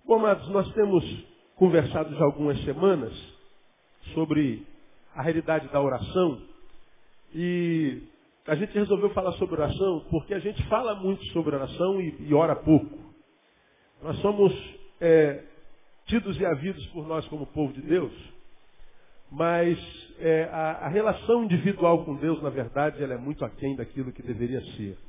Bom, amados, nós temos conversado já algumas semanas sobre a realidade da oração e a gente resolveu falar sobre oração porque a gente fala muito sobre oração e ora pouco. Nós somos tidos e havidos por nós como povo de Deus, mas a relação individual com Deus, na verdade, ela é muito aquém daquilo que deveria ser.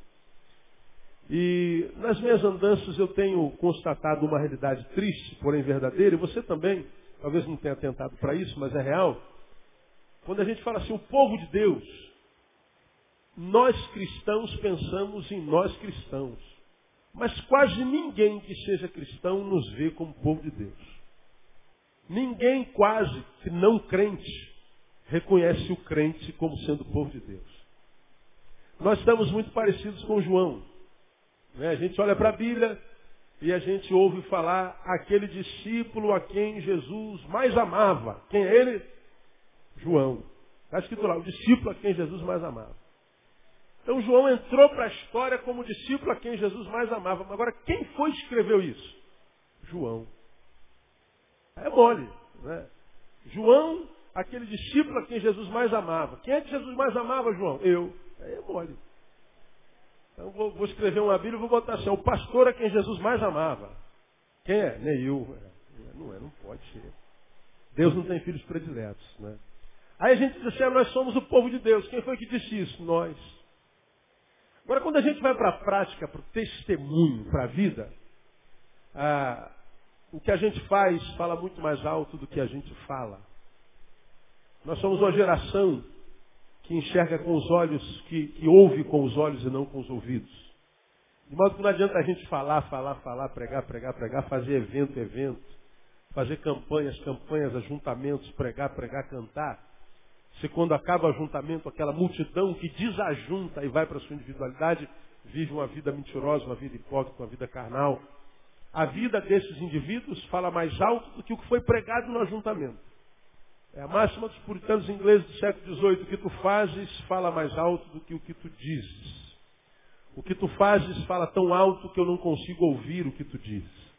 E nas minhas andanças eu tenho constatado uma realidade triste, porém verdadeira, e você também, talvez não tenha atentado para isso, mas é real. Quando a gente fala assim, o povo de Deus, nós cristãos pensamos em nós cristãos. Mas quase ninguém que seja cristão nos vê como povo de Deus. Ninguém quase que não crente reconhece o crente como sendo povo de Deus. Nós estamos muito parecidos com João. A gente olha para a Bíblia e a gente ouve falar aquele discípulo a quem Jesus mais amava. Quem é ele? João. Está escrito lá, o discípulo a quem Jesus mais amava. Então João entrou para a história como o discípulo a quem Jesus mais amava. Agora, quem foi que escreveu isso? João. É mole, né? João, aquele discípulo a quem Jesus mais amava. Quem é que Jesus mais amava, João? Eu. Aí é mole. Então vou escrever uma Bíblia e vou botar assim, o pastor a quem Jesus mais amava. Quem é? Neil. Não pode ser. Deus não tem filhos prediletos, né? Aí a gente diz assim, nós somos o povo de Deus. Quem foi que disse isso? Nós. Agora, quando a gente vai para a prática, para o testemunho, para a vida, o que a gente fala muito mais alto do que a gente fala. Nós somos uma geração que enxerga com os olhos, que ouve com os olhos e não com os ouvidos. De modo que não adianta a gente falar, pregar, fazer evento, fazer campanhas, ajuntamentos, pregar, cantar. Se quando acaba o ajuntamento, aquela multidão que desajunta e vai para a sua individualidade, vive uma vida mentirosa, uma vida hipócrita, uma vida carnal. A vida desses indivíduos fala mais alto do que o que foi pregado no ajuntamento. É a máxima dos puritanos ingleses do século XVIII. O que tu fazes fala mais alto do que o que tu dizes. O que tu fazes fala tão alto que eu não consigo ouvir o que tu dizes.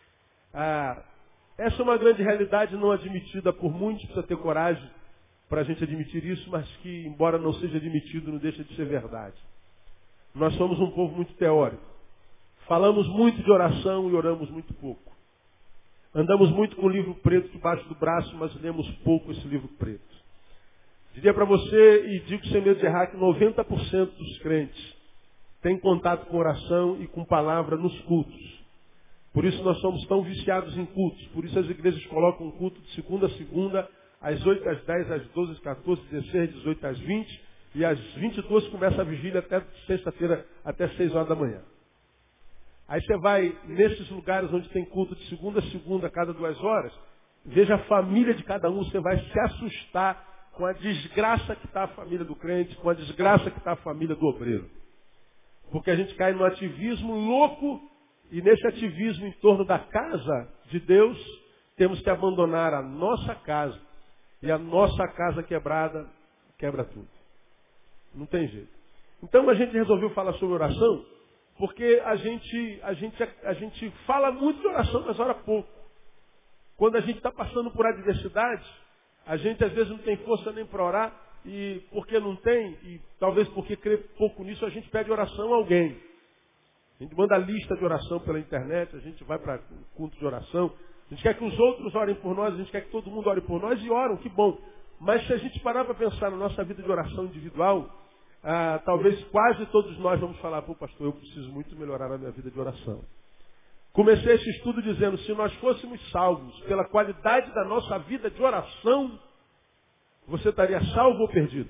Essa é uma grande realidade não admitida por muitos, precisa ter coragem para a gente admitir isso, mas que, embora não seja admitido, não deixa de ser verdade. Nós somos um povo muito teórico. Falamos muito de oração e oramos muito pouco. Andamos muito com o livro preto debaixo do braço, mas lemos pouco esse livro preto. Diria para você, e digo sem medo de errar, que 90% dos crentes têm contato com oração e com palavra nos cultos. Por isso nós somos tão viciados em cultos. Por isso as igrejas colocam um culto de segunda a segunda, às 8, às 10, às 12, às 14, às 16, às 18, às 20, e às 22 começa a vigília até sexta-feira, até 6 horas da manhã. Aí você vai nesses lugares onde tem culto de segunda a segunda, a cada 2 horas, veja a família de cada um, você vai se assustar com a desgraça que está a família do crente, com a desgraça que está a família do obreiro. Porque a gente cai no ativismo louco, e nesse ativismo em torno da casa de Deus, temos que abandonar a nossa casa. E a nossa casa quebrada, quebra tudo. Não tem jeito. Então a gente resolveu falar sobre oração, porque a gente fala muito de oração, mas ora pouco. Quando a gente está passando por adversidade, a gente às vezes não tem força nem para orar, e porque não tem, e talvez porque crê pouco nisso, a gente pede oração a alguém. A gente manda lista de oração pela internet, a gente vai para culto de oração, a gente quer que os outros orem por nós, a gente quer que todo mundo ore por nós e oram, que bom. Mas se a gente parar para pensar na nossa vida de oração individual, talvez quase todos nós vamos falar, pô pastor, eu preciso muito melhorar a minha vida de oração. Comecei esse estudo dizendo, se nós fôssemos salvos pela qualidade da nossa vida de oração, você estaria salvo ou perdido?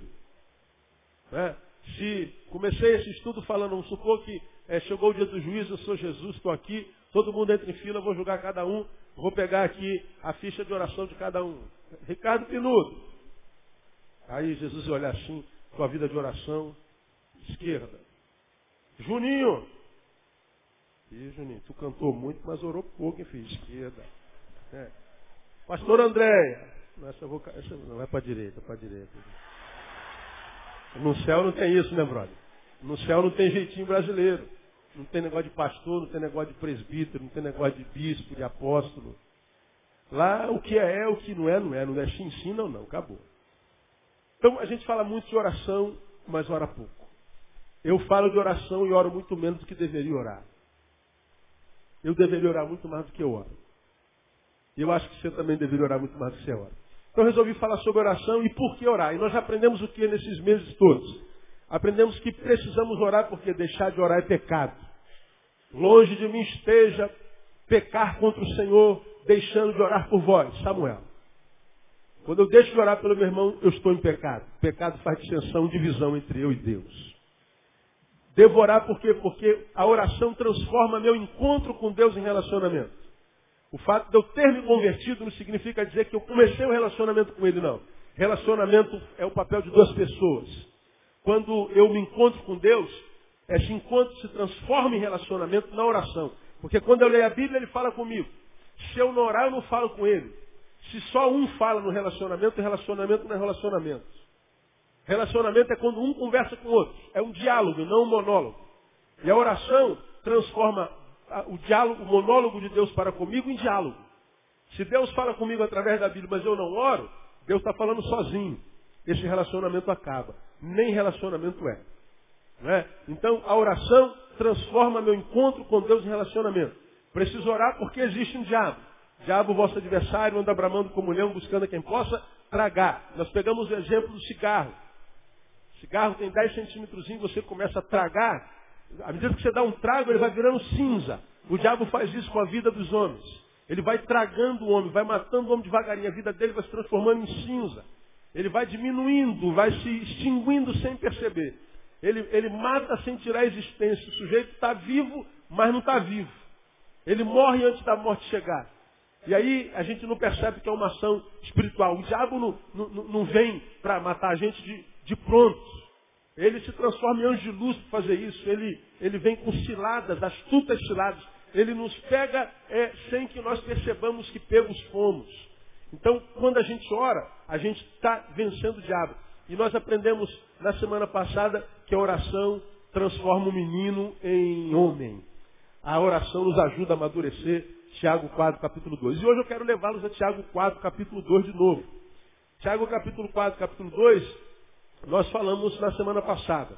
Se comecei esse estudo falando, vamos supor que chegou o dia do juízo, eu sou Jesus, estou aqui, todo mundo entra em fila, vou julgar cada um, vou pegar aqui a ficha de oração de cada um. Ricardo Pinudo. Aí Jesus ia olhar assim, tua vida de oração, esquerda. Juninho. Ih, Juninho, tu cantou muito, mas orou pouco, hein, filho? Esquerda. Pastor Andréia. Essa não vai para a direita, para a direita. No céu não tem isso, né, brother? No céu não tem jeitinho brasileiro. Não tem negócio de pastor, não tem negócio de presbítero, não tem negócio de bispo, de apóstolo. Lá o que é, o que não é, não é. Não é sim, não, acabou. Então a gente fala muito de oração, mas ora pouco. Eu falo de oração e oro muito menos do que deveria orar. Eu deveria orar muito mais do que eu oro. E eu acho que você também deveria orar muito mais do que você ora. Então eu resolvi falar sobre oração e por que orar. E nós aprendemos o que nesses meses todos? Aprendemos que precisamos orar porque deixar de orar é pecado. Longe de mim esteja pecar contra o Senhor, deixando de orar por vós. Samuel. Quando eu deixo de orar pelo meu irmão, eu estou em pecado. Pecado faz dissensão, divisão entre eu e Deus. Devo orar por quê? Porque a oração transforma meu encontro com Deus em relacionamento. O fato de eu ter me convertido não significa dizer que eu comecei um relacionamento com Ele, não. Relacionamento é o papel de duas pessoas. Quando eu me encontro com Deus, esse encontro se transforma em relacionamento na oração. Porque quando eu leio a Bíblia, Ele fala comigo. Se eu não orar, eu não falo com Ele. Se só um fala no relacionamento, relacionamento não é relacionamento. Relacionamento é quando um conversa com o outro. É um diálogo, não um monólogo. E a oração transforma o diálogo, o monólogo de Deus para comigo em diálogo. Se Deus fala comigo através da Bíblia, mas eu não oro, Deus está falando sozinho. Esse relacionamento acaba. Nem relacionamento é. Não é? Então, a oração transforma meu encontro com Deus em relacionamento. Preciso orar porque existe um diabo. Diabo, vosso adversário, anda bramando como leão, buscando a quem possa tragar. Nós pegamos o exemplo do cigarro. O cigarro tem 10 centímetros, você começa a tragar. À medida que você dá um trago, ele vai virando cinza. O diabo faz isso com a vida dos homens. Ele vai tragando o homem, vai matando o homem devagarinho. A vida dele vai se transformando em cinza. Ele vai diminuindo, vai se extinguindo sem perceber. Ele mata sem tirar a existência. O sujeito está vivo, mas não está vivo. Ele morre antes da morte chegar. E aí a gente não percebe que é uma ação espiritual. O diabo não vem para matar a gente de pronto. Ele se transforma em anjo de luz para fazer isso. Ele vem com ciladas, astutas ciladas. Ele nos pega sem que nós percebamos que pegos fomos. Então, quando a gente ora, a gente está vencendo o diabo. E nós aprendemos na semana passada que a oração transforma o menino em homem. A oração nos ajuda a amadurecer. Tiago 4, capítulo 2. E hoje eu quero levá-los a Tiago 4, capítulo 2 de novo. Tiago capítulo 4, capítulo 2, nós falamos na semana passada.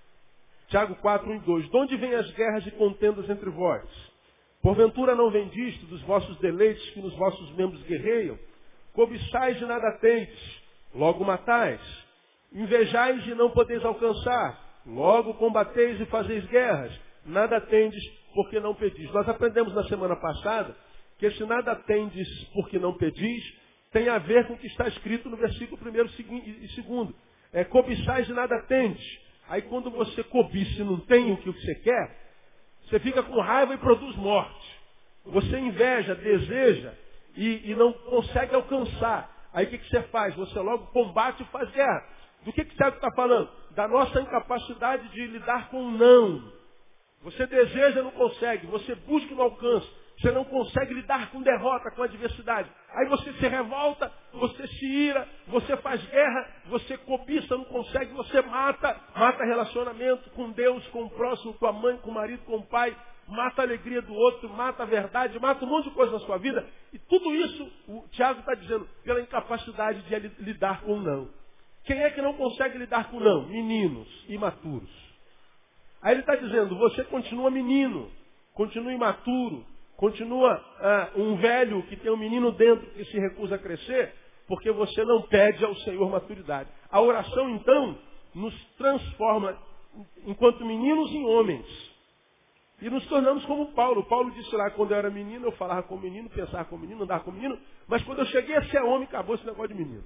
Tiago 4, 1 e 2. De onde vêm as guerras e contendas entre vós? Porventura não vem disto, dos vossos deleites que nos vossos membros guerreiam? Cobiçais e nada tendes, logo matais. Invejais e não podeis alcançar, logo combateis e fazeis guerras. Nada tendes porque não pedis. Nós aprendemos na semana passada que esse nada tendes porque não pedis tem a ver com o que está escrito no versículo 1 e 2. Cobiçais e nada tendes. Aí quando você cobiça e não tem o que você quer, você fica com raiva e produz morte. Você inveja, deseja e não consegue alcançar. Aí o que você faz? Você logo combate e faz guerra. Do que Tiago está falando? Da nossa incapacidade de lidar com o não. Você deseja e não consegue. Você busca e não alcança. Você não consegue lidar com derrota, com adversidade. Aí você se revolta, você se ira, você faz guerra, você cobiça, não consegue, você mata relacionamento com Deus, com o próximo, com a mãe, com o marido, com o pai, mata a alegria do outro, mata a verdade, mata um monte de coisa na sua vida. E tudo isso, o Tiago está dizendo, pela incapacidade de lidar com o não. Quem é que não consegue lidar com o não? Meninos imaturos. Aí ele está dizendo, você continua menino, continua imaturo, continua um velho que tem um menino dentro que se recusa a crescer, porque você não pede ao Senhor maturidade. A oração, então, nos transforma enquanto meninos em homens. E nos tornamos como Paulo. Paulo disse lá, quando eu era menino, eu falava com o menino, pensava com o menino, andava com o menino, mas quando eu cheguei a ser homem, acabou esse negócio de menino.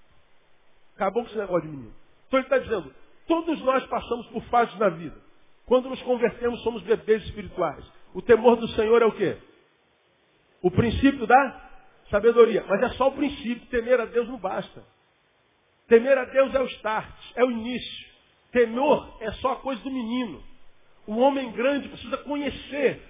Acabou com esse negócio de menino. Então ele está dizendo, todos nós passamos por fases na vida. Quando nos convertemos, somos bebês espirituais. O temor do Senhor é o quê? O princípio da sabedoria. Mas é só o princípio. Temer a Deus não basta. Temer a Deus é o start, é o início. Temor é só a coisa do menino. O homem grande precisa conhecer.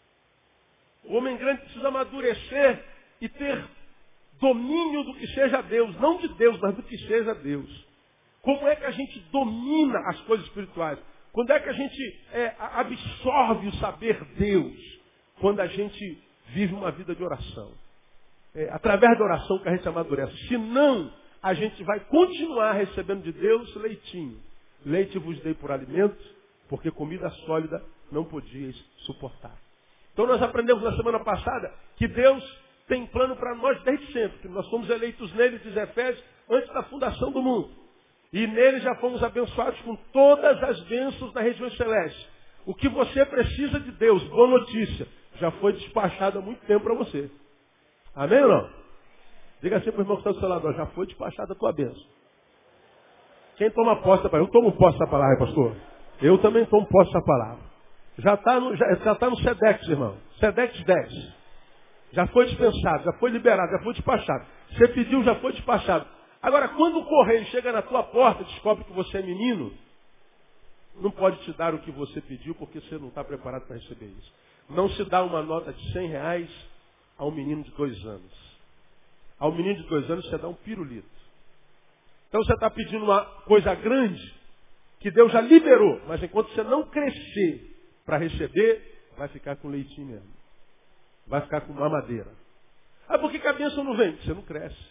O homem grande precisa amadurecer e ter domínio do que seja Deus. Não de Deus, mas do que seja Deus. Como é que a gente domina as coisas espirituais? Quando é que a gente absorve o saber Deus? Quando a gente vive uma vida de oração. Através da oração que a gente amadurece. Senão, a gente vai continuar recebendo de Deus leitinho. Leite vos dei por alimento, porque comida sólida não podíeis suportar. Então nós aprendemos na semana passada que Deus tem plano para nós desde sempre. Que nós fomos eleitos nele, diz Efésios, antes da fundação do mundo. E nele já fomos abençoados com todas as bênçãos na região celeste. O que você precisa de Deus, boa notícia, já foi despachado há muito tempo para você. Amém ou não? Diga assim para o irmão que está do seu lado, já foi despachada a tua bênção. Quem toma posse da palavra? Eu tomo posse da palavra, pastor. Eu também tomo posse da palavra. Já está no Sedex, irmão. Sedex 10. Já foi dispensado, já foi liberado, já foi despachado. Você pediu, já foi despachado. Agora, quando o correio chega na tua porta e descobre que você é menino, não pode te dar o que você pediu porque você não está preparado para receber isso. Não se dá uma nota de R$100 a um menino de 2 anos. Ao menino de 2 anos você dá um pirulito. Então você está pedindo uma coisa grande que Deus já liberou, mas enquanto você não crescer para receber, vai ficar com leitinho mesmo. Vai ficar com mamadeira. Ah, por que a bênção não vem? Você não cresce.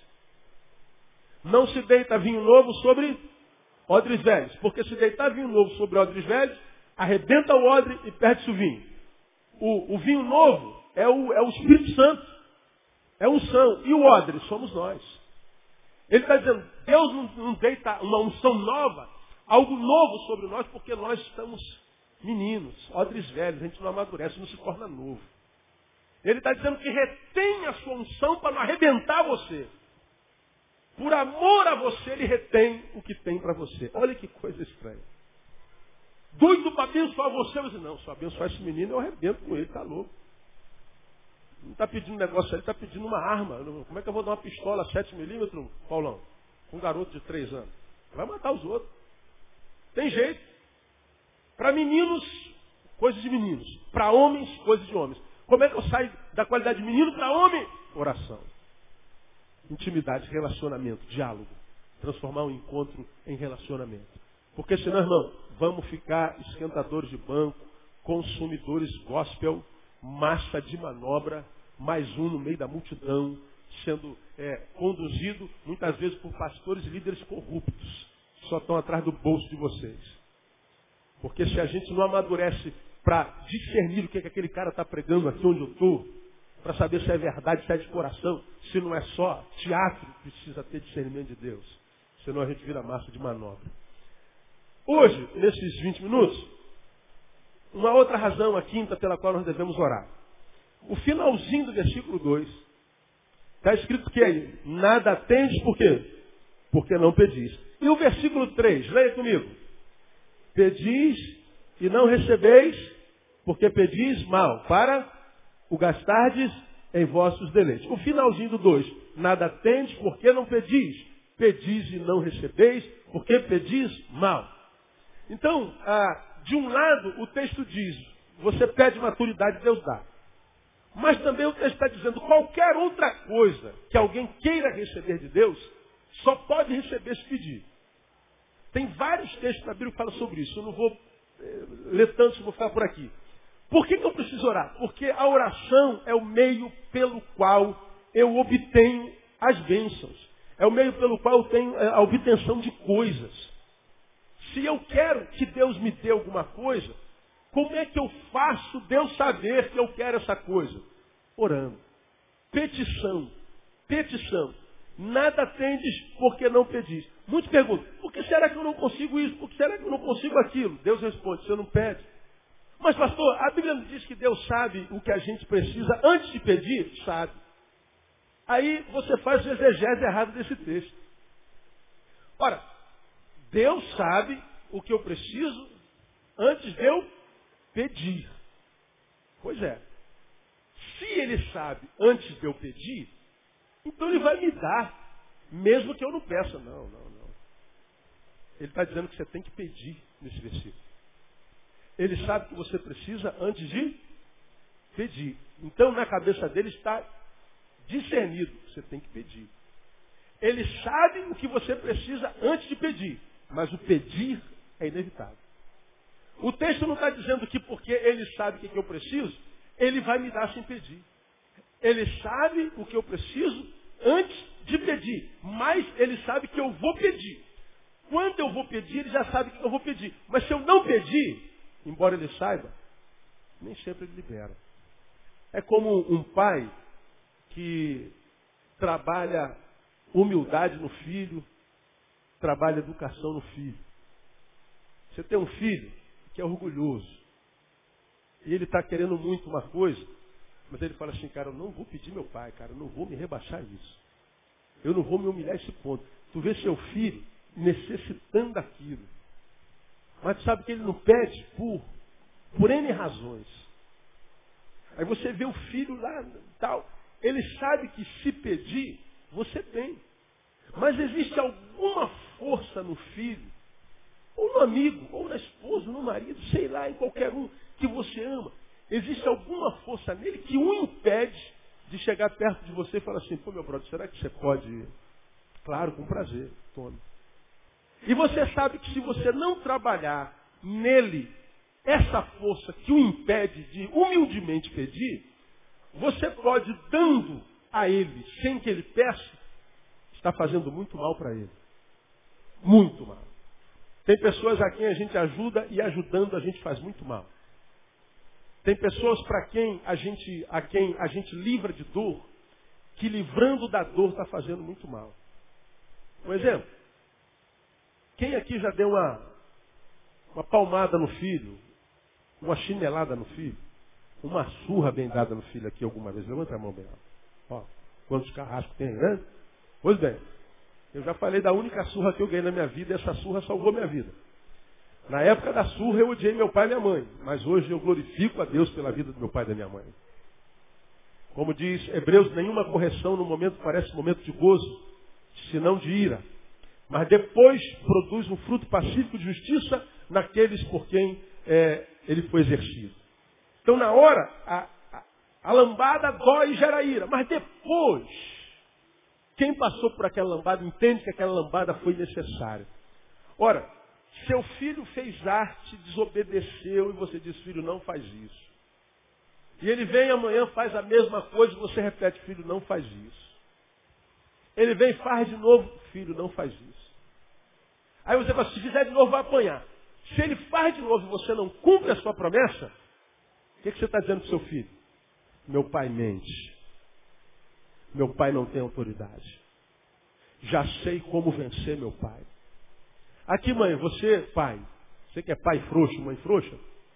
Não se deita vinho novo sobre odres velhos. Porque se deitar vinho novo sobre odres velhos, arrebenta o odre e perde-se o vinho. O vinho novo é o Espírito Santo. É unção. E o odre somos nós. Ele está dizendo, Deus não deita uma unção nova, algo novo sobre nós, porque nós estamos meninos, odres velhos, a gente não amadurece, não se torna novo. Ele está dizendo que retém a sua unção para não arrebentar você. Por amor a você, ele retém o que tem para você. Olha que coisa estranha. Doido para abençoar você, mas não, se eu abençoar esse menino, eu arrebento com ele, está louco. Não está pedindo um negócio, ele está pedindo uma arma. Como é que eu vou dar uma pistola 7mm, Paulão? Com um garoto de 3 anos. Vai matar os outros. Tem jeito. Para meninos, coisas de meninos. Para homens, coisas de homens. Como é que eu saio da qualidade de menino para homem? Oração. Intimidade, relacionamento, diálogo. Transformar um encontro em relacionamento. Porque senão, irmão, vamos ficar esquentadores de banco, consumidores gospel, massa de manobra, mais um no meio da multidão, sendo conduzido muitas vezes por pastores e líderes corruptos, que só estão atrás do bolso de vocês. Porque se a gente não amadurece para discernir o que aquele cara está pregando aqui onde eu estou, para saber se é verdade, se é de coração, se não é só teatro, precisa ter discernimento de Deus. Senão a gente vira massa de manobra. Hoje, nesses 20 minutos, uma outra razão, a quinta, pela qual nós devemos orar. O finalzinho do versículo 2, está escrito que aí, nada tendes, por quê? Porque não pedis. E o versículo 3, leia comigo. Pedis e não recebeis, porque pedis mal, para o gastardes em vossos deleites. O finalzinho do 2, nada tendes, porque não pedis. Pedis e não recebeis, porque pedis mal. Então, de um lado, o texto diz, você pede maturidade, Deus dá. Mas também o texto está dizendo, qualquer outra coisa que alguém queira receber de Deus, só pode receber se pedir. Tem vários textos na Bíblia que falam sobre isso. Eu não vou ler tantos, vou ficar por aqui. Por que eu preciso orar? Porque a oração é o meio pelo qual eu obtenho as bênçãos. É o meio pelo qual eu tenho a obtenção de coisas. Se eu quero que Deus me dê alguma coisa, como é que eu faço Deus saber que eu quero essa coisa? Orando. Petição. Petição. Nada tendes porque não pedis. Muitos perguntam, por que será que eu não consigo isso? Por que será que eu não consigo aquilo? Deus responde, você não pede. Mas pastor, a Bíblia nos diz que Deus sabe o que a gente precisa antes de pedir? Sabe. Aí você faz o exegese errado desse texto. Ora, Deus sabe o que eu preciso antes de eu pedir. Pois é. Se Ele sabe antes de eu pedir, então Ele vai me dar, mesmo que eu não peça. Não. Ele está dizendo que você tem que pedir nesse versículo. Ele sabe que você precisa antes de pedir. Então, na cabeça dele está discernido. Você tem que pedir. Ele sabe o que você precisa antes de pedir. Mas o pedir é inevitável. O texto não está dizendo que porque ele sabe o que eu preciso, ele vai me dar sem pedir. Ele sabe o que eu preciso antes de pedir. Mas ele sabe que eu vou pedir. Quando eu vou pedir, ele já sabe que eu vou pedir. Mas se eu não pedir, embora ele saiba, nem sempre ele libera. É como um pai que trabalha humildade no filho, trabalha educação no filho. Você tem um filho que é orgulhoso. E ele está querendo muito uma coisa, mas ele fala assim, cara, eu não vou pedir meu pai, cara, eu não vou me rebaixar isso. Eu não vou me humilhar a esse ponto. Tu vê seu filho necessitando daquilo. Mas tu sabe que ele não pede por N razões. Aí você vê o filho lá tal. Ele sabe que se pedir, você tem. Mas existe alguma força no filho, ou no amigo, ou na esposa, ou no marido, sei lá, em qualquer um que você ama. Existe alguma força nele que o impede de chegar perto de você e falar assim, pô meu brother, será que você pode? Claro, com prazer, tome. E você sabe que se você não trabalhar nele essa força que o impede de humildemente pedir, você pode, dando a ele, sem que ele peça, estar fazendo muito mal para ele. Muito mal. Tem pessoas a quem a gente ajuda e ajudando a gente faz muito mal. Tem pessoas para quem a gente livra de dor, que livrando da dor está fazendo muito mal. Um exemplo. Quem aqui já deu uma palmada no filho, uma chinelada no filho, uma surra bem dada no filho aqui alguma vez? Levanta a mão bem. Ó, quantos carrascos tem, né? Pois bem, eu já falei da única surra que eu ganhei na minha vida, e essa surra salvou minha vida. Na época da surra eu odiei meu pai e minha mãe, mas hoje eu glorifico a Deus pela vida do meu pai e da minha mãe. Como diz Hebreus, nenhuma correção no momento parece momento de gozo, senão de ira. Mas depois produz um fruto pacífico de justiça naqueles por quem ele foi exercido. Então na hora, a lambada dói e gera ira. Mas depois, quem passou por aquela lambada entende que aquela lambada foi necessária. Ora, seu filho fez arte, desobedeceu e você diz, filho, não faz isso. E ele vem amanhã, faz a mesma coisa e você repete, filho, não faz isso. Ele vem e faz de novo, filho, não faz isso. Aí você fala, se fizer de novo, vai apanhar. Se ele faz de novo e você não cumpre a sua promessa, o que você está dizendo para o seu filho? Meu pai mente. Meu pai não tem autoridade. Já sei como vencer meu pai. Aqui, mãe, você, pai, você que é pai frouxo, mãe frouxa,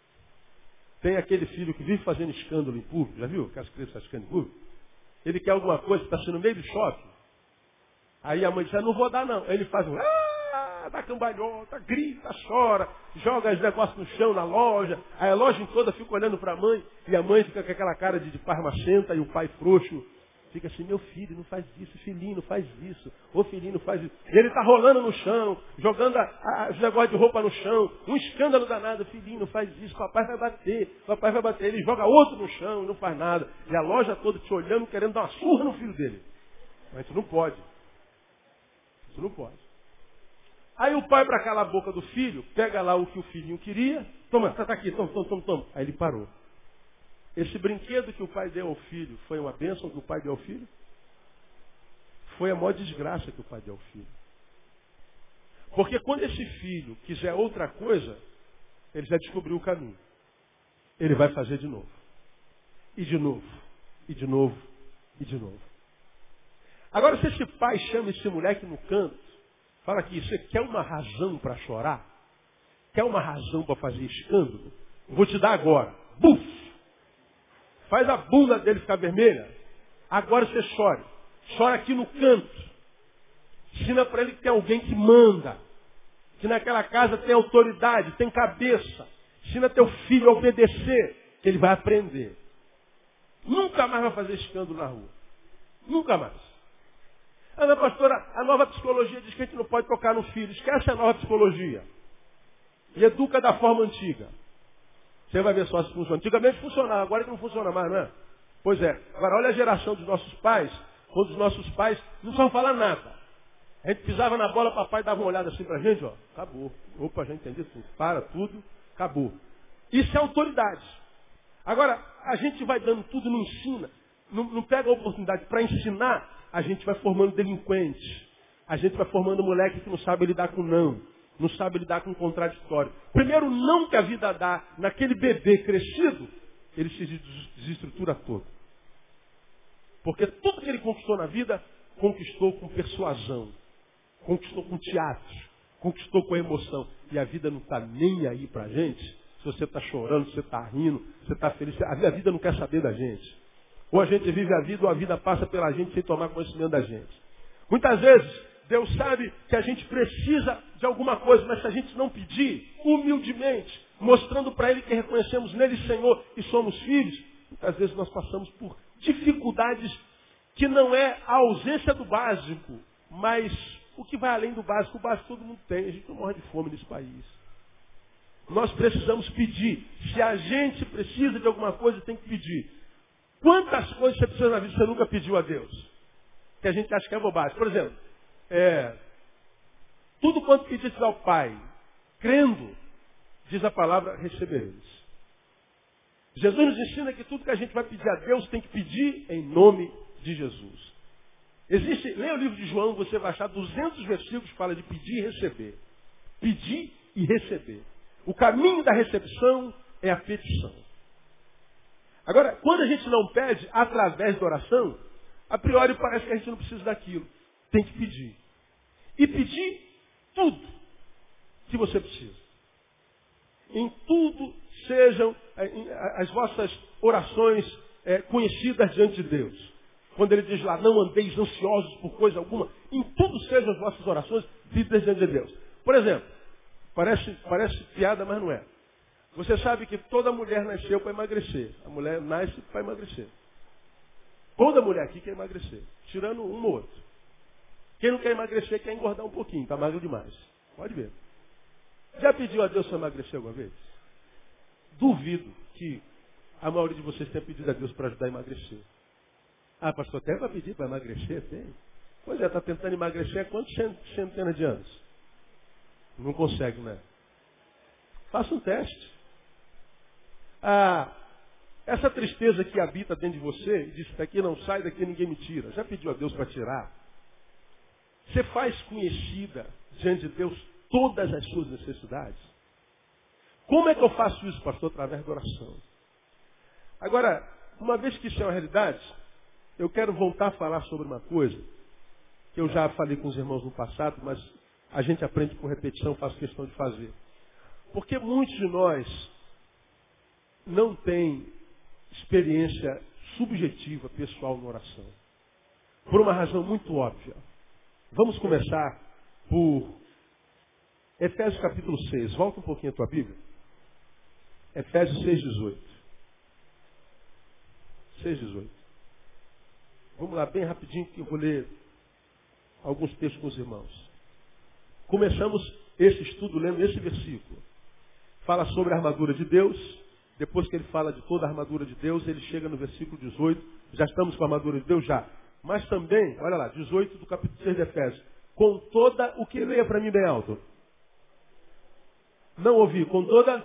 tem aquele filho que vive fazendo escândalo em público, já viu? Aquelas crianças fazem escândalo em público. Ele quer alguma coisa, está sendo no meio do shopping. Aí a mãe diz, não vou dar não. Aí ele faz dá cambalhota, grita, chora, joga os negócios no chão na loja. Aí a loja toda fica olhando para a mãe, e a mãe fica com aquela cara de parmacenta, e o pai frouxo fica assim, meu filho, não faz isso, filhinho, não faz isso, ô filhinho, não faz isso. E ele está rolando no chão, jogando os negócios de roupa no chão, um escândalo danado, filhinho, não faz isso, papai vai bater. Ele joga outro no chão e não faz nada. E a loja toda te olhando, querendo dar uma surra no filho dele. Mas isso não pode. Isso não pode. Aí o pai, para calar a boca do filho, pega lá o que o filhinho queria, toma, tá aqui, toma. Aí ele parou. Esse brinquedo que o pai deu ao filho foi uma bênção que o pai deu ao filho? Foi a maior desgraça que o pai deu ao filho. Porque quando esse filho quiser outra coisa, ele já descobriu o caminho. Ele vai fazer de novo. E de novo. E de novo. E de novo. Agora, se esse pai chama esse moleque no canto, fala aqui, você quer uma razão para chorar? Quer uma razão para fazer escândalo? Vou te dar agora. Buf! Faz a bunda dele ficar vermelha. Agora você chore. Chora aqui no canto. Ensina para ele que tem alguém que manda. Que naquela casa tem autoridade, tem cabeça. Ensina teu filho a obedecer, que ele vai aprender. Nunca mais vai fazer escândalo na rua. Nunca mais. Ana pastora, a nova psicologia diz que a gente não pode tocar no filho. Esquece a nova psicologia. E educa da forma antiga. Você vai ver só se funciona. Antigamente funcionava, agora que não funciona mais, não é? Pois é. Agora olha a geração dos nossos pais, quando os nossos pais não só falar nada. A gente pisava na bola, papai dava uma olhada assim pra gente, ó. Acabou. Opa, já entendi tudo. Para tudo. Acabou. Isso é autoridade. Agora, a gente vai dando tudo, não ensina, não pega a oportunidade para ensinar, a gente vai formando delinquente. A gente vai formando moleque que não sabe lidar com não sabe lidar com contraditório. Primeiro não que a vida dá naquele bebê crescido, ele se desestrutura todo. Porque tudo que ele conquistou na vida, conquistou com persuasão, conquistou com teatro, conquistou com emoção. E a vida não está nem aí para a gente. Se você está chorando, se você está rindo, se você está feliz, a vida não quer saber da gente. Ou a gente vive a vida, ou a vida passa pela gente sem tomar conhecimento da gente. Muitas vezes, Deus sabe que a gente precisa de alguma coisa, mas se a gente não pedir, humildemente, mostrando para Ele que reconhecemos nele Senhor e somos filhos, muitas vezes nós passamos por dificuldades que não é a ausência do básico, mas o que vai além do básico. O básico todo mundo tem, a gente não morre de fome nesse país. Nós precisamos pedir. Se a gente precisa de alguma coisa, tem que pedir. Quantas coisas você precisa na vida que você nunca pediu a Deus? Que a gente acha que é bobagem. Por exemplo, tudo quanto pedisse ao Pai, crendo, diz a palavra, recebereis. Jesus nos ensina que tudo que a gente vai pedir a Deus tem que pedir em nome de Jesus. Leia o livro de João, você vai achar 200 versículos que fala de pedir e receber. Pedir e receber. O caminho da recepção é a petição. Agora, quando a gente não pede através da oração, a priori parece que a gente não precisa daquilo. Tem que pedir. E pedir tudo que você precisa. Em tudo sejam as vossas orações conhecidas diante de Deus. Quando ele diz lá, não andeis ansiosos por coisa alguma, em tudo sejam as vossas orações ditas diante de Deus. Por exemplo, parece piada, mas não é. Você sabe que toda mulher nasceu para emagrecer. A mulher nasce para emagrecer. Toda mulher aqui quer emagrecer, tirando um ou outro. Quem não quer emagrecer quer engordar um pouquinho, está magro demais. Pode ver. Já pediu a Deus para emagrecer alguma vez? Duvido que a maioria de vocês tenha pedido a Deus para ajudar a emagrecer. Ah, pastor, até para pedir para emagrecer? Tem. Pois é, está tentando emagrecer há quantas centenas de anos? Não consegue, né? Faça um teste. Essa tristeza que habita dentro de você, e diz, daqui não sai, daqui ninguém me tira. Já pediu a Deus para tirar? Você faz conhecida diante de Deus todas as suas necessidades? Como é que eu faço isso, pastor? Através da oração. Agora, uma vez que isso é uma realidade, eu quero voltar a falar sobre uma coisa que eu já falei com os irmãos no passado, mas a gente aprende por repetição, faço questão de fazer. Porque muitos de nós não têm experiência subjetiva, pessoal, na oração. Por uma razão muito óbvia. Vamos começar por Efésios capítulo 6. Volta um pouquinho a tua Bíblia. Efésios 6:18. 6:18. Vamos lá, bem rapidinho, que eu vou ler alguns textos com os irmãos. Começamos esse estudo lendo esse versículo. Fala sobre a armadura de Deus. Depois que ele fala de toda a armadura de Deus, ele chega no versículo 18. Já estamos com a armadura de Deus? Já. Mas também, olha lá, 18 do capítulo 6 de Efésios. Com toda, o que leia para mim bem alto? Não ouvi. Com toda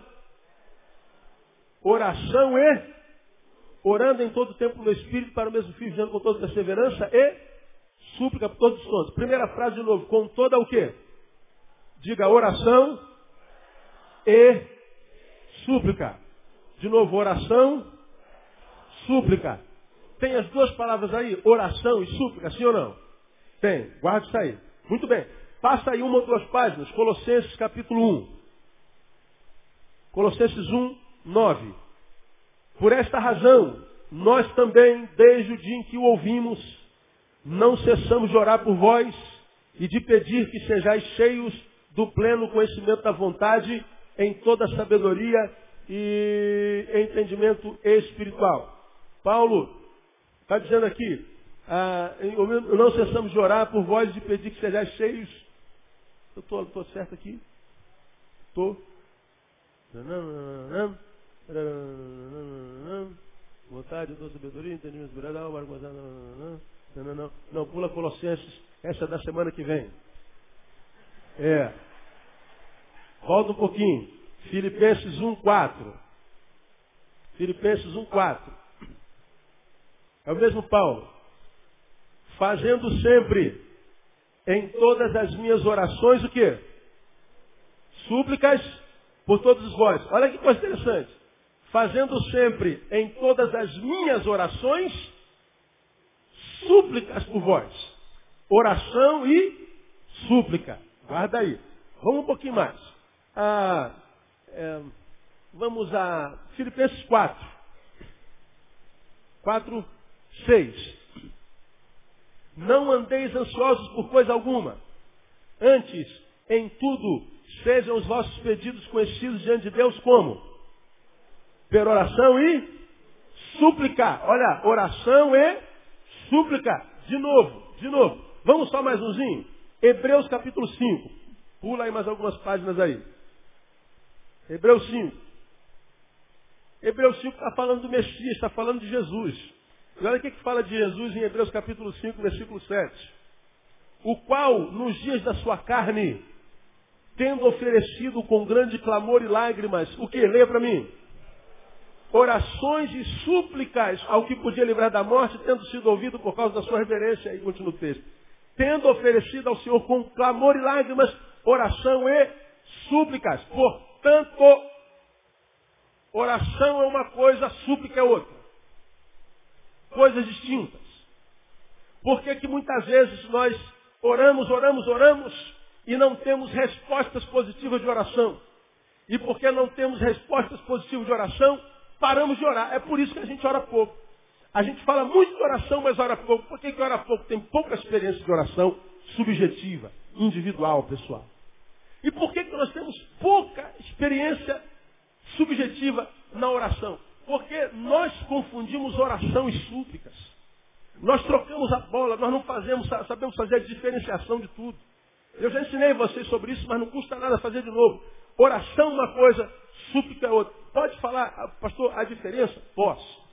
oração e orando em todo tempo no Espírito para o mesmo fim, dizendo com toda perseverança e súplica por todos os santos. Primeira frase de novo. Com toda o quê? Diga oração e súplica. De novo, oração, súplica. Tem as duas palavras aí, oração e súplica, sim ou não? Tem, guarda isso aí. Muito bem. Passa aí uma ou duas páginas. Colossenses capítulo 1. Colossenses 1, 9. Por esta razão, nós também, desde o dia em que o ouvimos, não cessamos de orar por vós e de pedir que sejais cheios do pleno conhecimento da vontade em toda sabedoria e entendimento espiritual. Paulo está dizendo aqui, não cessamos de orar por vós e de pedir que sejais cheios. Eu estou certo aqui? Estou. Vontade, toda sabedoria, entendimento espiritual, não, pula Colossenses, essa é da semana que vem. Volta um pouquinho. Filipenses 1:4. Filipenses 1:4. É o mesmo Paulo. Fazendo sempre em todas as minhas orações o quê? Súplicas por todos vós. Olha que coisa interessante. Fazendo sempre em todas as minhas orações súplicas por vós. Oração e súplica. Guarda aí. Vamos um pouquinho mais. Vamos a Filipenses 4. 4:6. Não andeis ansiosos por coisa alguma. Antes, em tudo, sejam os vossos pedidos conhecidos diante de Deus como? Per oração e súplica. Olha, oração e súplica. De novo. Vamos só mais umzinho. Hebreus capítulo 5. Pula aí mais algumas páginas aí. Hebreus 5. Hebreus 5 está falando do Messias, está falando de Jesus. E olha o que fala de Jesus em Hebreus capítulo 5, versículo 7. O qual, nos dias da sua carne, tendo oferecido com grande clamor e lágrimas, o que? Leia para mim. Orações e súplicas ao que podia livrar da morte, tendo sido ouvido por causa da sua reverência. Aí continua o texto. Tendo oferecido ao Senhor com clamor e lágrimas, oração e súplicas. Portanto, oração é uma coisa, súplica é outra. Coisas distintas. Por que muitas vezes nós oramos e não temos respostas positivas de oração? E porque não temos respostas positivas de oração, paramos de orar. É por isso que a gente ora pouco. A gente fala muito de oração, mas ora pouco. Por que ora pouco? Tem pouca experiência de oração subjetiva, individual, pessoal. E por que nós temos pouca experiência subjetiva na oração? Porque nós confundimos oração e súplicas. Nós trocamos a bola, nós não sabemos fazer a diferenciação de tudo. Eu já ensinei vocês sobre isso, mas não custa nada fazer de novo. Oração é uma coisa, súplica é outra. Pode falar, pastor, a diferença? Posso.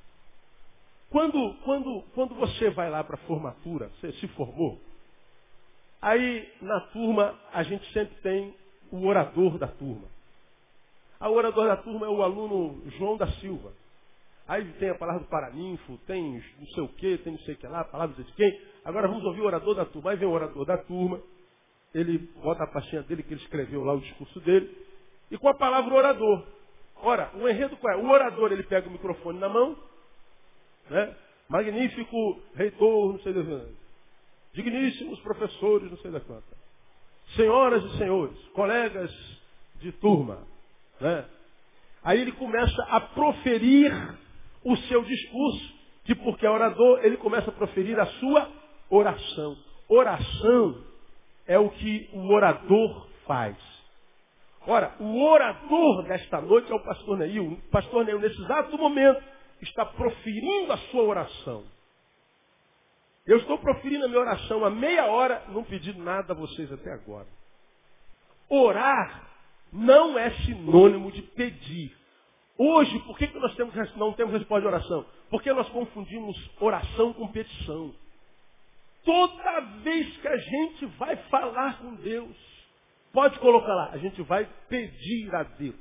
Quando você vai lá para a formatura, você se formou, aí na turma a gente sempre tem o orador da turma. O orador da turma é o aluno João da Silva. Aí tem a palavra do paraninfo, tem não sei o que, tem não sei o que lá, a palavra de quem. Agora vamos ouvir o orador da turma. Aí vem o orador da turma, ele bota a pastinha dele que ele escreveu lá o discurso dele, e com a palavra o orador. Ora, o enredo qual é? O orador, ele pega o microfone na mão, né? Magnífico reitor, não sei da quanta. Digníssimos professores, não sei da quanta. Senhoras e senhores, colegas de turma, né? Aí ele começa a proferir o seu discurso, que porque é orador, ele começa a proferir a sua oração. Oração é o que o orador faz. Ora, o orador desta noite é o pastor Neil. O pastor Neil, nesse exato momento, está proferindo a sua oração. Eu estou proferindo a minha oração há meia hora, não pedi nada a vocês até agora. Orar não é sinônimo de pedir. Hoje, por que nós não temos resposta de oração? Porque nós confundimos oração com petição. Toda vez que a gente vai falar com Deus, pode colocar lá, a gente vai pedir a Deus.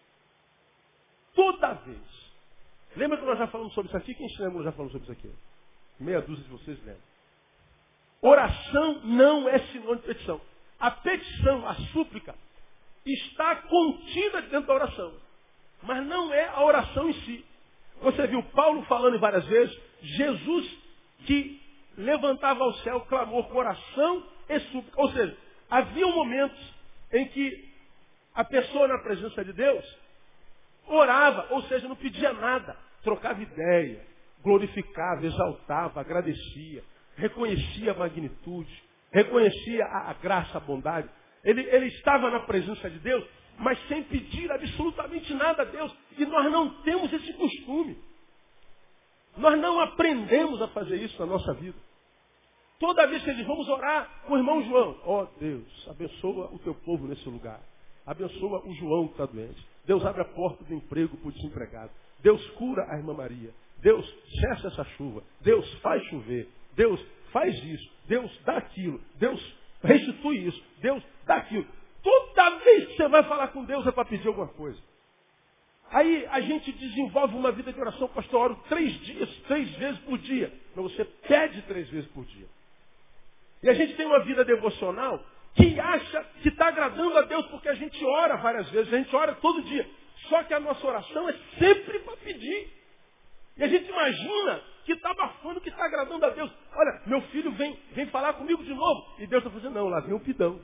Toda vez. Lembra que nós já falamos sobre isso aqui? Quem se lembra já falou sobre isso aqui? Meia dúzia de vocês lembram. Oração não é sinônimo de petição. A petição, a súplica, está contida dentro da oração. Mas não é a oração em si. Você viu Paulo falando várias vezes, Jesus que levantava ao céu clamor com oração e súplica. Ou seja, havia momentos em que a pessoa na presença de Deus orava, ou seja, não pedia nada, trocava ideia, glorificava, exaltava, agradecia, reconhecia a magnitude, reconhecia a graça, a bondade. Ele estava na presença de Deus, mas sem pedir absolutamente nada a Deus. E nós não temos esse costume. Nós não aprendemos a fazer isso na nossa vida. Toda vez que vamos orar com o irmão João, ó Deus, abençoa o teu povo nesse lugar. Abençoa o João que está doente. Deus abre a porta do emprego para o desempregado. Deus cura a irmã Maria. Deus cessa essa chuva. Deus faz chover. Deus faz isso. Deus dá aquilo. Deus restitui isso. Deus dá aquilo. Toda vez que você vai falar com Deus é para pedir alguma coisa. Aí a gente desenvolve uma vida de oração, pastor, oro 3 vezes por dia. Mas você pede 3 vezes por dia. E a gente tem uma vida devocional que acha que está agradando a Deus porque a gente ora várias vezes, a gente ora todo dia. Só que a nossa oração é sempre para pedir. E a gente imagina que está abafando, que está agradando a Deus. Olha, meu filho vem falar comigo de novo. E Deus está fazendo, não, lá vem o pidão.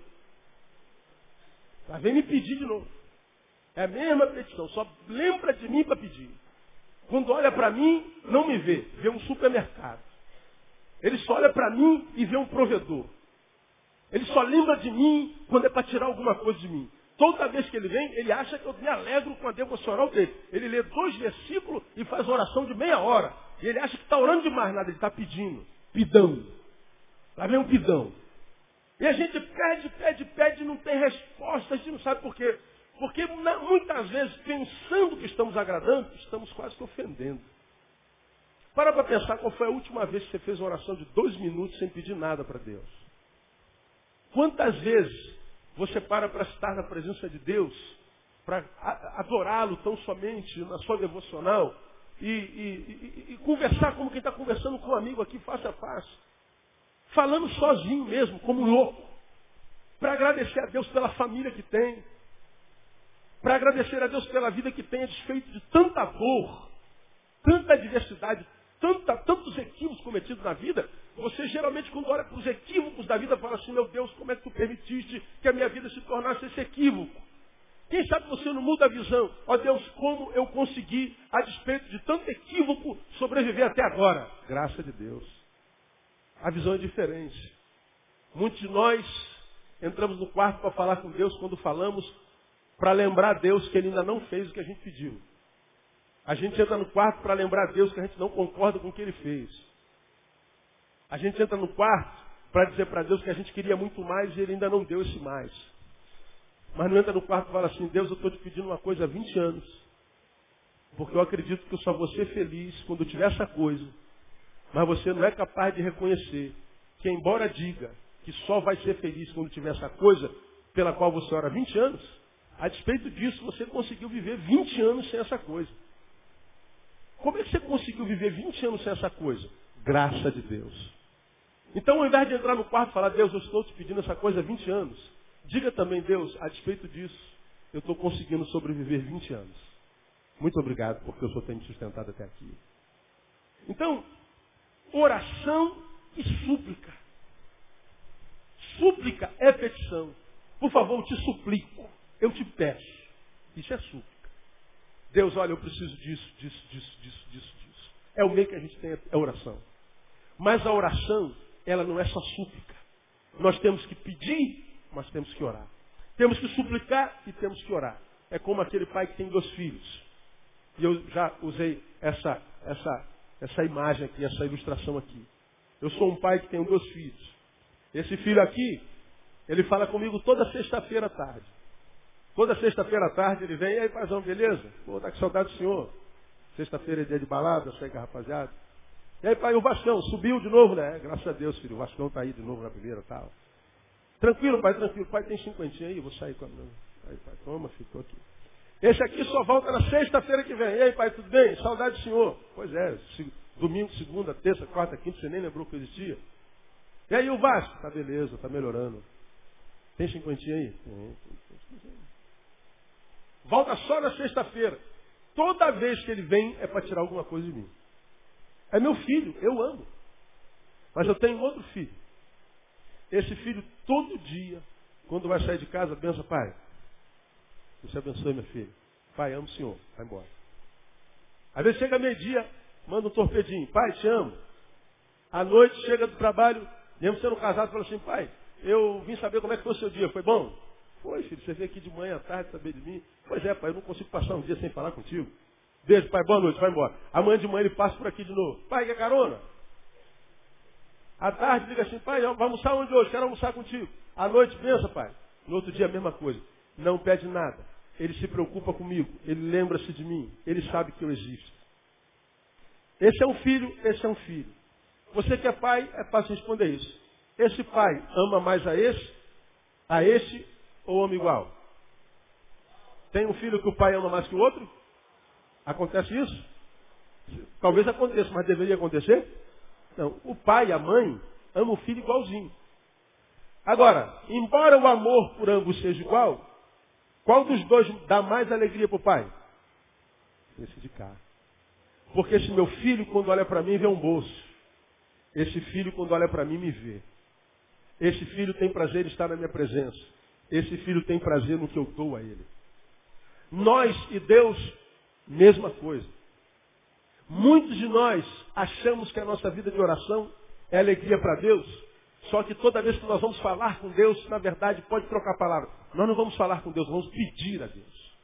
Lá vem me pedir de novo. É a mesma petição, só lembra de mim para pedir. Quando olha para mim, não me vê um supermercado. Ele só olha para mim e vê um provedor. Ele só lembra de mim quando é para tirar alguma coisa de mim. Toda vez que ele vem, ele acha que eu me alegro com a devocional dele. Ele lê 2 versículos e faz oração de meia hora. E ele acha que está orando demais, nada, ele está pedindo. Pidão. Lá vem um pidão. E a gente pede e não tem resposta, a gente não sabe por quê. Porque muitas vezes, pensando que estamos agradando, estamos quase que ofendendo. Para pensar qual foi a última vez que você fez uma oração de 2 minutos sem pedir nada para Deus. Quantas vezes você para estar na presença de Deus, para adorá-lo tão somente na sua devocional e conversar como quem está conversando com um amigo aqui face a face. Falando sozinho mesmo, como louco. Para agradecer a Deus pela família que tem. Para agradecer a Deus pela vida que tem, a despeito de tanta dor, tanta adversidade, tantos equívocos cometidos na vida. Você geralmente, quando olha para os equívocos da vida, fala assim, meu Deus, como é que tu permitiste que a minha vida se tornasse esse equívoco? Quem sabe você não muda a visão? Ó Deus, como eu consegui, a despeito de tanto equívoco, sobreviver até agora? Graça de Deus. A visão é diferente. Muitos de nós entramos no quarto para falar com Deus quando falamos para lembrar a Deus que Ele ainda não fez o que a gente pediu. A gente entra no quarto para lembrar a Deus que a gente não concorda com o que Ele fez. A gente entra no quarto para dizer para Deus que a gente queria muito mais e Ele ainda não deu esse mais. Mas não entra no quarto e fala assim, Deus, eu estou te pedindo uma coisa há 20 anos. Porque eu acredito que eu só vou ser feliz quando eu tiver essa coisa. Mas você não é capaz de reconhecer que, embora diga que só vai ser feliz quando tiver essa coisa pela qual você ora há 20 anos, a despeito disso, você conseguiu viver 20 anos sem essa coisa. Como é que você conseguiu viver 20 anos sem essa coisa? Graça de Deus. Então, ao invés de entrar no quarto e falar, Deus, eu estou te pedindo essa coisa há 20 anos, diga também, Deus, a despeito disso, eu estou conseguindo sobreviver 20 anos. Muito obrigado, porque o Senhor tem me sustentado até aqui. Então, oração e súplica. Súplica é petição. Por favor, eu te suplico. Eu te peço. Isso é súplica. Deus, olha, eu preciso disso. É o meio que a gente tem, é oração. Mas a oração, ela não é só súplica. Nós temos que pedir, mas temos que orar. Temos que suplicar e temos que orar. É como aquele pai que tem 2 filhos. E eu já usei essa imagem aqui, essa ilustração aqui. Eu sou um pai que tem 2 filhos. Esse filho aqui, ele fala comigo toda sexta-feira à tarde. Toda sexta-feira à tarde ele vem, e aí, paizão, beleza? Pô, tá com saudade do senhor. Sexta-feira é dia de balada, sai com a rapaziada. E aí, pai, o Vascão subiu de novo, né? Graças a Deus, filho, o Vascão tá aí de novo na primeira e tal. Tranquilo, pai, tranquilo. Pai, tem 50 aí, eu vou sair com a minha. Aí, pai, toma, ficou aqui. Esse aqui só volta na sexta-feira que vem. E aí, pai, tudo bem? Saudade do senhor. Pois é, domingo, segunda, terça, quarta, quinta, você nem lembrou que existia. E aí, o Vasco? Tá beleza, tá melhorando. Tem 50 aí? Tem. Volta só na sexta-feira. Toda vez que ele vem é para tirar alguma coisa de mim. É meu filho, eu amo. Mas eu tenho outro filho. Esse filho, todo dia, quando vai sair de casa, bença, pai. Você abençoe, meu filho. Pai, amo o senhor. Vai embora. Às vezes chega meio-dia, manda um torpedinho. Pai, te amo. À noite, chega do trabalho, mesmo sendo casado, fala assim, pai, eu vim saber como é que foi o seu dia. Foi bom? Foi, filho. Você veio aqui de manhã à tarde saber de mim. Pois é, pai, eu não consigo passar um dia sem falar contigo. Beijo, pai, boa noite, vai embora. Amanhã de manhã ele passa por aqui de novo. Pai, quer carona? À tarde, liga assim, pai, vamos almoçar onde hoje? Quero almoçar contigo. À noite, pensa, pai. No outro dia, a mesma coisa. Não pede nada. Ele se preocupa comigo. Ele lembra-se de mim. Ele sabe que eu existo. Esse é um filho, esse é um filho. Você que é pai, é fácil responder isso. Esse pai ama mais a esse ou ama igual? Tem um filho que o pai ama mais que o outro? Acontece isso? Talvez aconteça, mas deveria acontecer? Não. O pai e a mãe amam o filho igualzinho. Agora, embora o amor por ambos seja igual, qual dos dois dá mais alegria para o pai? Esse de cá. Porque esse meu filho, quando olha para mim, vê um bolso. Esse filho, quando olha para mim, me vê. Esse filho tem prazer em estar na minha presença. Esse filho tem prazer no que eu dou a ele. Nós e Deus, mesma coisa. Muitos de nós achamos que a nossa vida de oração é alegria para Deus. Só que toda vez que nós vamos falar com Deus, na verdade, pode trocar a palavra. Nós não vamos falar com Deus, vamos pedir a Deus.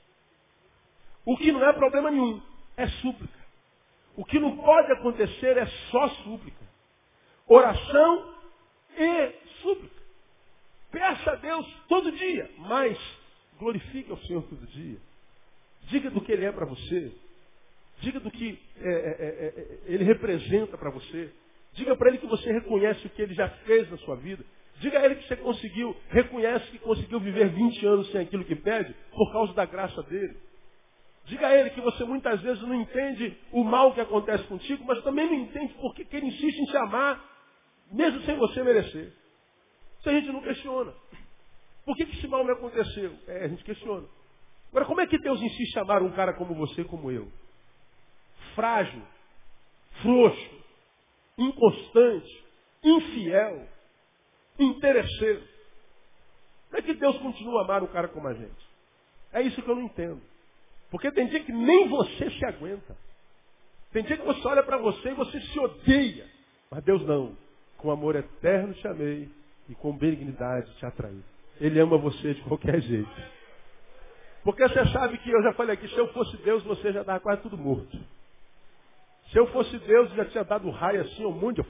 O que não é problema nenhum, é súplica. O que não pode acontecer é só súplica. Oração e súplica. Peça a Deus todo dia, mas glorifique ao Senhor todo dia. Diga do que Ele é para você. Diga do que Ele representa para você. Diga para Ele que você reconhece o que Ele já fez na sua vida. Diga a Ele que você reconhece que conseguiu viver 20 anos sem aquilo que pede, por causa da graça dEle. Diga a Ele que você muitas vezes não entende o mal que acontece contigo, mas também não entende porque que Ele insiste em te amar, mesmo sem você merecer. Isso a gente não questiona. Por que esse mal me aconteceu? A gente questiona. Agora, como é que Deus insiste em amar um cara como você, como eu? Frágil, frouxo, inconstante, infiel, interesseiro. Como é que Deus continua a amar um cara como a gente? É isso que eu não entendo. Porque tem dia que nem você se aguenta. Tem dia que você olha para você e você se odeia. Mas Deus não. Com amor eterno te amei e com benignidade te atraí. Ele ama você de qualquer jeito. Porque você sabe que, eu já falei aqui, se eu fosse Deus, você já estava quase tudo morto. Se eu fosse Deus, já tinha dado raio assim ao mundo,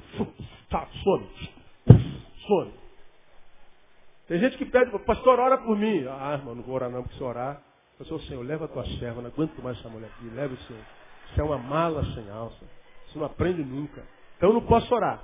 some. Tem gente que pede, pastor, ora por mim. Ah, irmão, não vou orar não, porque se orar, eu sou o Senhor, leva a tua serva, não aguento mais essa mulher aqui, leva o Senhor. Isso é uma mala sem alça. Isso não aprende nunca. Então eu não posso orar.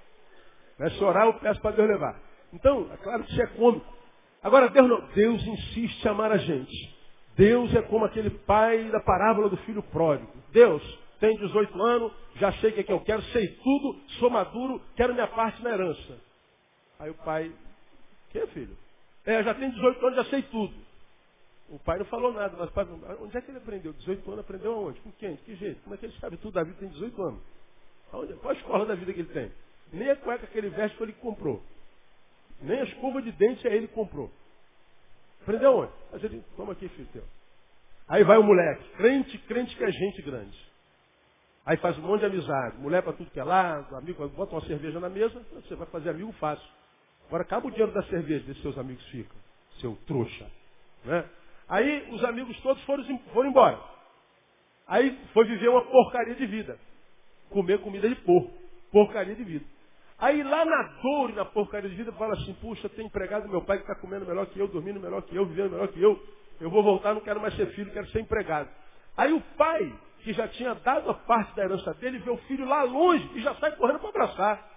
Se orar, eu peço para Deus levar. Então, é claro que isso é cômico. Agora, Deus não. Deus insiste em amar a gente. Deus é como aquele pai da parábola do filho pródigo. Deus, tenho 18 anos, já sei o que é que eu quero, sei tudo, sou maduro, quero minha parte na herança. Aí o pai, que filho? Já tenho 18 anos, já sei tudo. O pai não falou nada, mas pai, onde é que ele aprendeu? 18 anos, aprendeu aonde? Com quem? De que jeito? Como é que ele sabe tudo da vida? Tem 18 anos. Aonde? Qual a escola da vida que ele tem? Nem a cueca que ele veste foi ele que comprou. Nem a escova de dente é ele que comprou. Aprendeu onde? Aí ele, toma aqui, filho teu. Aí vai o moleque, crente que é gente grande. Aí faz um monte de amizade. Mulher para tudo que é lado, amigo, bota uma cerveja na mesa, você vai fazer amigo fácil. Agora acaba o dinheiro da cerveja, desses seus amigos ficam. Seu trouxa. Né? Aí os amigos todos foram embora. Aí foi viver uma porcaria de vida. Comer comida de porco. Porcaria de vida. Aí lá na dor e na porcaria de vida, fala assim, puxa, tem empregado meu pai que está comendo melhor que eu, dormindo melhor que eu, vivendo melhor que eu vou voltar, não quero mais ser filho, quero ser empregado. Aí o pai, que já tinha dado a parte da herança dele, vê o filho lá longe e já sai correndo para abraçar.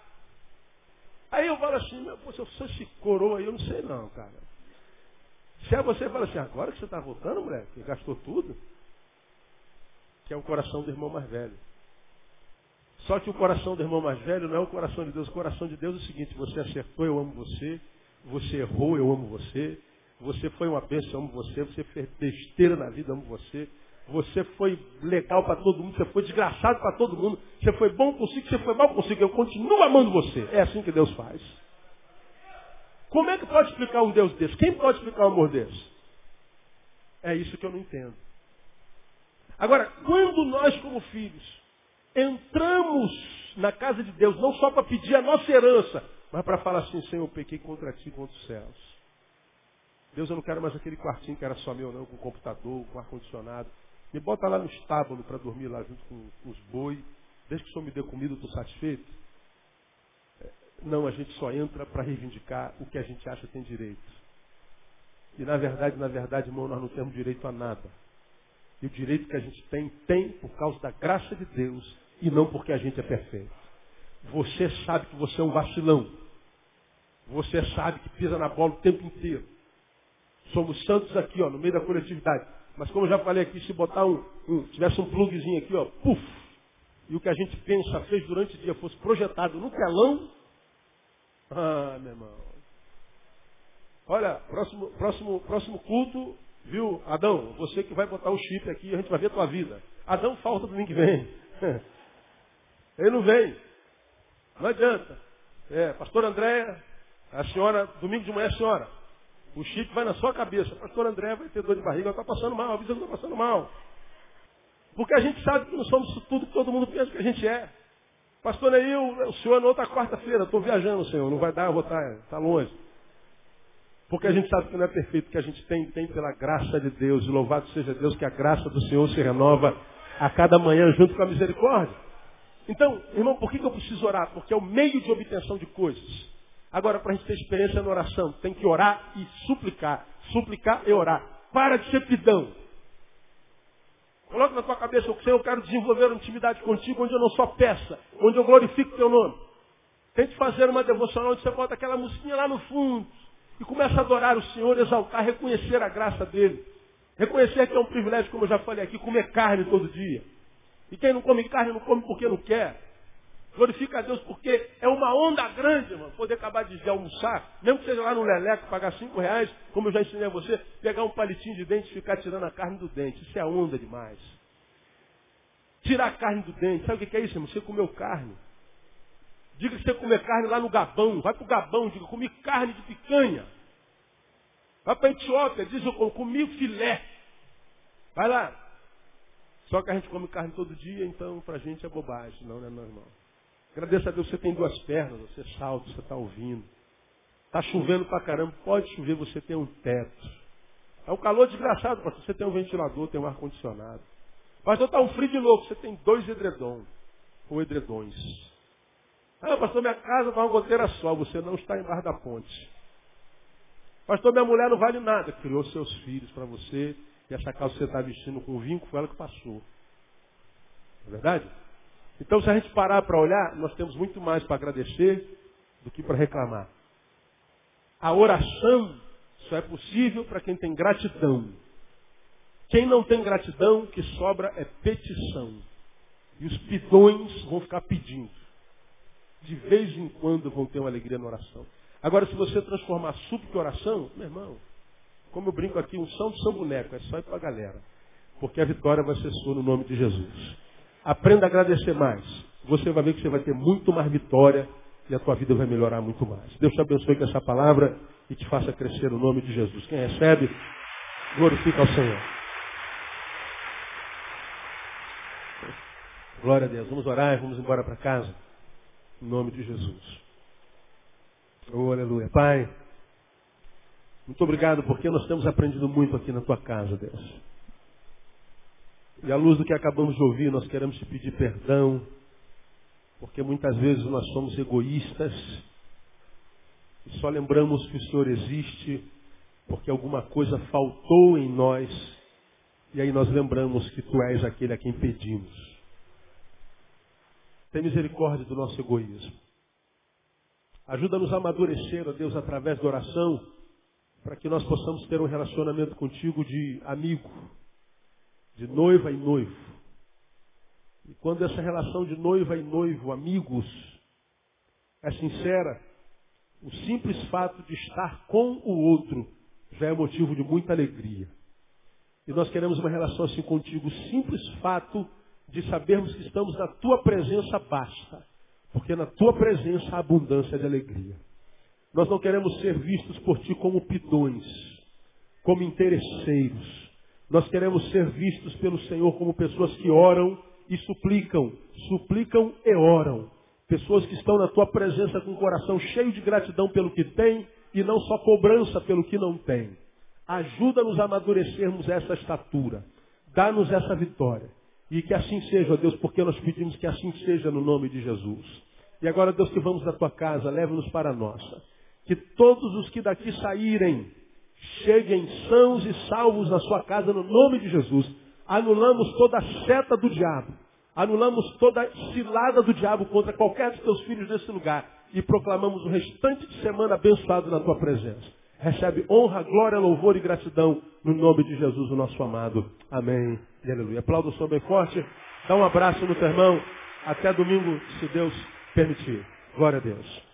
Aí eu falo assim, meu, se eu sou esse coroa aí, eu não sei não, cara. Se é você, fala assim, agora que você está voltando, moleque, que gastou tudo, que é o coração do irmão mais velho. Só que o coração do irmão mais velho não é o coração de Deus. O coração de Deus é o seguinte, você acertou, eu amo você. Você errou, eu amo você. Você foi uma bênção, eu amo você. Você fez besteira na vida, eu amo você. Você foi legal para todo mundo, você foi desgraçado para todo mundo. Você foi bom consigo, você foi mal consigo. Eu continuo amando você. É assim que Deus faz. Como é que pode explicar um Deus desse? Quem pode explicar um amor desse? É isso que eu não entendo. Agora, quando nós como filhos entramos na casa de Deus, não só para pedir a nossa herança, mas para falar assim, Senhor, eu pequei contra ti e contra os céus. Deus, eu não quero mais aquele quartinho que era só meu, não, com computador, com ar-condicionado. Me bota lá no estábulo para dormir lá junto com os boi. Desde que o Senhor me dê comida, eu estou satisfeito. Não, a gente só entra para reivindicar o que a gente acha que tem direito. E na verdade, irmão, nós não temos direito a nada. E o direito que a gente tem por causa da graça de Deus e não porque a gente é perfeito. Você sabe que você é um vacilão. Você sabe que pisa na bola o tempo inteiro. Somos santos aqui, ó, no meio da coletividade. Mas como eu já falei aqui, se botar tivesse um plugzinho aqui, ó, puf, e o que a gente pensa, fez durante o dia, fosse projetado no telão, meu irmão. Olha, próximo culto, viu, Adão, você que vai botar o chip aqui, a gente vai ver a tua vida. Adão falta domingo que vem. Ele não vem. Não adianta. Pastor Andréia, a senhora, domingo de manhã, a senhora, o chip vai na sua cabeça. Pastor Andréia vai ter dor de barriga, está passando mal, avisa que está passando mal. Porque a gente sabe que não somos tudo que todo mundo pensa que a gente é. Pastor Neil, o senhor na outra quarta-feira, estou viajando, senhor, não vai dar, eu vou estar longe. Porque a gente sabe que não é perfeito, que a gente tem pela graça de Deus, e louvado seja Deus, que a graça do Senhor se renova a cada manhã junto com a misericórdia. Então, irmão, por que eu preciso orar? Porque é o meio de obtenção de coisas. Agora, para a gente ter experiência na oração, tem que orar e suplicar. Suplicar e orar. Para de ser pidão. Coloca na tua cabeça, Senhor, eu quero desenvolver uma intimidade contigo, onde eu não só peça, onde eu glorifico o teu nome. Tente fazer uma devocional onde você bota aquela musiquinha lá no fundo e começa a adorar o Senhor, exaltar, reconhecer a graça dele. Reconhecer que é um privilégio, como eu já falei aqui, comer carne todo dia. E quem não come carne não come porque não quer. Glorifica a Deus porque é uma onda grande, irmão, poder acabar de almoçar, mesmo que seja lá no Leleco, pagar R$5, como eu já ensinei a você, pegar um palitinho de dente e ficar tirando a carne do dente. Isso é onda demais. Tirar a carne do dente. Sabe o que é isso, irmão? Você comeu carne. Diga que você comer carne lá no Gabão. Vai para o Gabão, diga, comi carne de picanha. Vai para a Etiópia, diz, eu comi filé. Vai lá. Só que a gente come carne todo dia, então para a gente é bobagem. Não, né, meu irmão? Agradeça a Deus, você tem duas pernas, você salta, você está ouvindo. Está chovendo pra caramba, pode chover, você tem um teto. É um calor desgraçado, pastor, você tem um ventilador, tem um ar-condicionado. Pastor, está um frio de louco, você tem 2 edredons, ou edredões. Pastor, minha casa está uma goteira só, você não está embaixo da ponte. Pastor, minha mulher não vale nada, criou seus filhos para você, e essa calça que você está vestindo com vinco foi ela que passou. Não é verdade? Então, se a gente parar para olhar, nós temos muito mais para agradecer do que para reclamar. A oração só é possível para quem tem gratidão. Quem não tem gratidão, o que sobra é petição. E os pidões vão ficar pedindo. De vez em quando vão ter uma alegria na oração. Agora, se você transformar súplica em oração, meu irmão, como eu brinco aqui, unção de São Boneco, é só ir para a galera. Porque a vitória vai ser sua no nome de Jesus. Aprenda a agradecer mais. Você vai ver que você vai ter muito mais vitória e a tua vida vai melhorar muito mais. Deus te abençoe com essa palavra e te faça crescer no nome de Jesus. Quem recebe, glorifica ao Senhor. Glória a Deus. Vamos orar e vamos embora para casa. Em nome de Jesus. Oh, aleluia. Pai, muito obrigado porque nós temos aprendido muito aqui na tua casa, Deus. E à luz do que acabamos de ouvir, nós queremos te pedir perdão, porque muitas vezes nós somos egoístas e só lembramos que o Senhor existe porque alguma coisa faltou em nós e aí nós lembramos que tu és aquele a quem pedimos. Tem misericórdia do nosso egoísmo. Ajuda-nos a amadurecer, ó Deus, através da oração, para que nós possamos ter um relacionamento contigo de amigo, de noiva e noivo. E quando essa relação de noiva e noivo, amigos, é sincera, o simples fato de estar com o outro já é motivo de muita alegria. E nós queremos uma relação assim contigo. O simples fato de sabermos que estamos na tua presença basta. Porque na tua presença há abundância de alegria. Nós não queremos ser vistos por ti como pidões, como interesseiros. Nós queremos ser vistos pelo Senhor como pessoas que oram e suplicam e oram. Pessoas que estão na tua presença com o coração cheio de gratidão pelo que tem e não só cobrança pelo que não tem. Ajuda-nos a amadurecermos essa estatura. Dá-nos essa vitória. E que assim seja, ó Deus, porque nós pedimos que assim seja no nome de Jesus. E agora, Deus, que vamos da tua casa, leva-nos para a nossa. Que todos os que daqui saírem, cheguem sãos e salvos na sua casa no nome de Jesus. Anulamos toda a seta do diabo. Anulamos toda a cilada do diabo contra qualquer dos teus filhos nesse lugar. E proclamamos o restante de semana abençoado na tua presença. recebe honra, glória, louvor e gratidão no nome de Jesus, o nosso amado. Amém e aleluia. Aplauda o som bem forte. Dá um abraço no teu irmão. Até domingo, se Deus permitir. Glória a Deus.